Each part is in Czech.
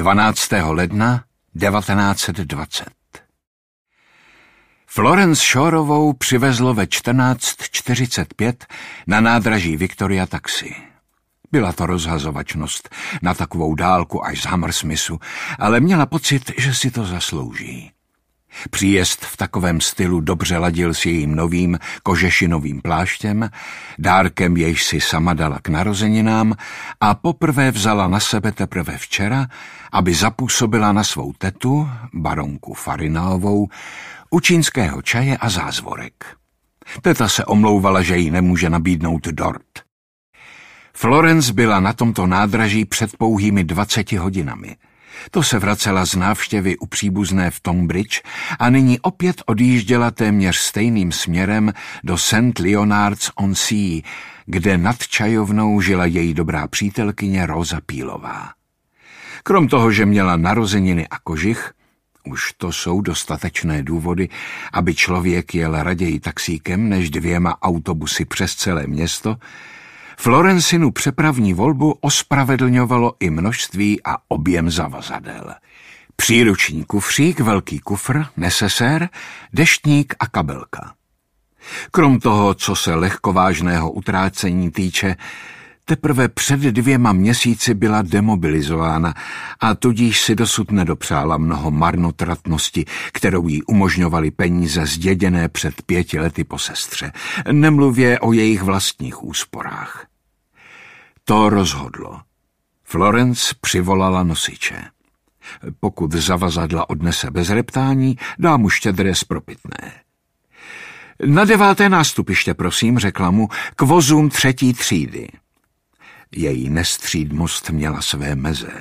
12. ledna 1920. Florence Shoreovou přivezlo ve 14:45 na nádraží Victoria taxi. Byla to rozhazovačnost na takovou dálku až z Hammersmithu, ale měla pocit, že si to zaslouží. Příjezd v takovém stylu dobře ladil s jejím novým kožešinovým pláštěm, dárkem, jejž si sama dala k narozeninám, a poprvé vzala na sebe teprve včera, aby zapůsobila na svou tetu, baronku Farinaovou, u čínského čaje a zázvorek. Teta se omlouvala, že jí nemůže nabídnout dort. Florence byla na tomto nádraží před pouhými 20 hodinami. To se vracela z návštěvy u příbuzné v Tonbridge a nyní opět odjížděla téměř stejným směrem do St. Leonards-on-Sea, kde nad čajovnou žila její dobrá přítelkyně Rosa Peelová. Krom toho, že měla narozeniny a kožich, už to jsou dostatečné důvody, aby člověk jel raději taxíkem než 2 autobusy přes celé město, Florencinu přepravní volbu ospravedlňovalo i množství a objem zavazadel. Příruční kufřík, velký kufr, nesesér, deštník a kabelka. Krom toho, co se lehkovážného utrácení týče, teprve před 2 měsíci byla demobilizována a tudíž si dosud nedopřála mnoho marnotratnosti, kterou jí umožňovaly peníze zděděné před 5 lety po sestře, nemluvě o jejich vlastních úsporách. To rozhodlo. Florence přivolala nosiče. Pokud zavazadla odnese bez reptání, dá mu štědré spropitné. Na 9. nástupiště, prosím, řekla mu, k vozům 3. třídy. Její nestřídmost měla své meze.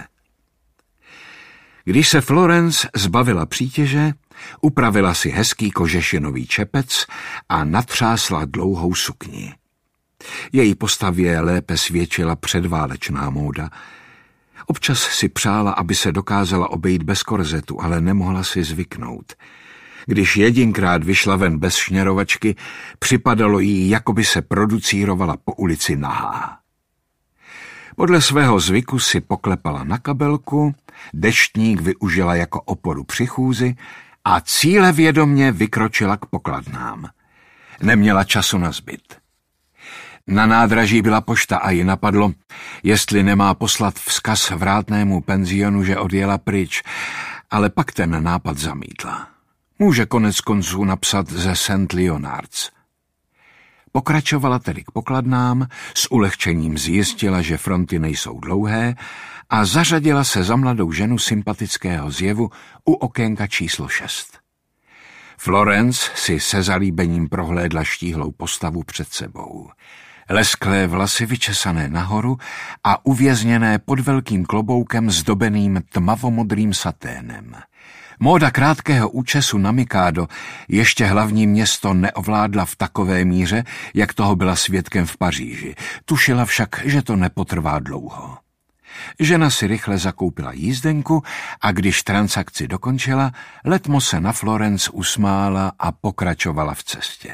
Když se Florence zbavila přítěže, upravila si hezký kožešinový čepec a natřásla dlouhou sukni. Její postavě lépe svědčila předválečná móda. Občas si přála, aby se dokázala obejít bez korzetu, ale nemohla si zvyknout. Když jedinkrát vyšla ven bez šněrovačky, připadalo jí, jako by se producírovala po ulici nahá. Podle svého zvyku si poklepala na kabelku, deštník využila jako oporu při chůzi a cílevědomě vykročila k pokladnám. Neměla času na zbyt. Na nádraží byla pošta a ji napadlo, jestli nemá poslat vzkaz vrátnému penzionu, že odjela pryč, ale pak ten nápad zamítla. Může konec konců napsat ze St. Leonards. Pokračovala tedy k pokladnám, s ulehčením zjistila, že fronty nejsou dlouhé, a zařadila se za mladou ženu sympatického zjevu u okénka číslo 6. Florence si se zalíbením prohlédla štíhlou postavu před sebou. Lesklé vlasy vyčesané nahoru a uvězněné pod velkým kloboukem zdobeným tmavomodrým saténem. Móda krátkého účesu na mikádo ještě hlavní město neovládla v takové míře, jak toho byla svědkem v Paříži. Tušila však, že to nepotrvá dlouho. Žena si rychle zakoupila jízdenku a když transakci dokončila, letmo se na Florence usmála a pokračovala v cestě.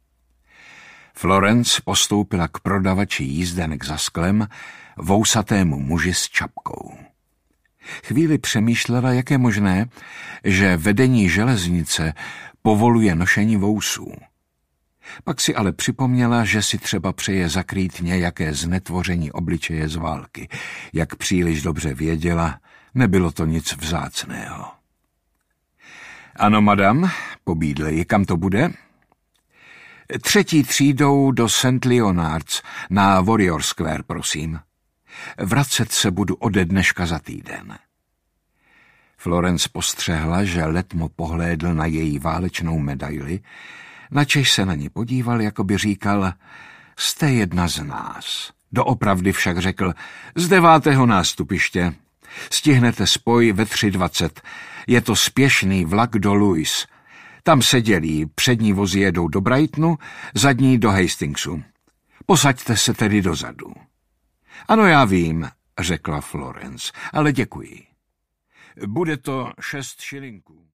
Florence postoupila k prodavači jízdenek za sklem, vousatému muži s čapkou. Chvíli přemýšlela, jak je možné, že vedení železnice povoluje nošení vousů. Pak si ale připomněla, že si třeba přeje zakrýt nějaké znetvoření obličeje z války. Jak příliš dobře věděla, nebylo to nic vzácného. Ano, madam, pobídli, kam to bude? 3. třídou do St. Leonards na Warrior Square, prosím. Vracet se budu ode dneška za týden. Florence postřehla, že letmo pohlédl na její válečnou medaili, načež se na ní podíval, jako by říkal, jste jedna z nás. Doopravdy však řekl, z 9. nástupiště. Stihnete spoj ve 3:20. Je to spěšný vlak do Lewes. Tam se dělí, přední vozy jedou do Brightonu, zadní do Hastingsu. Posaďte se tedy dozadu. Ano, já vím, řekla Florence, ale děkuji. Bude to 6 šilinků.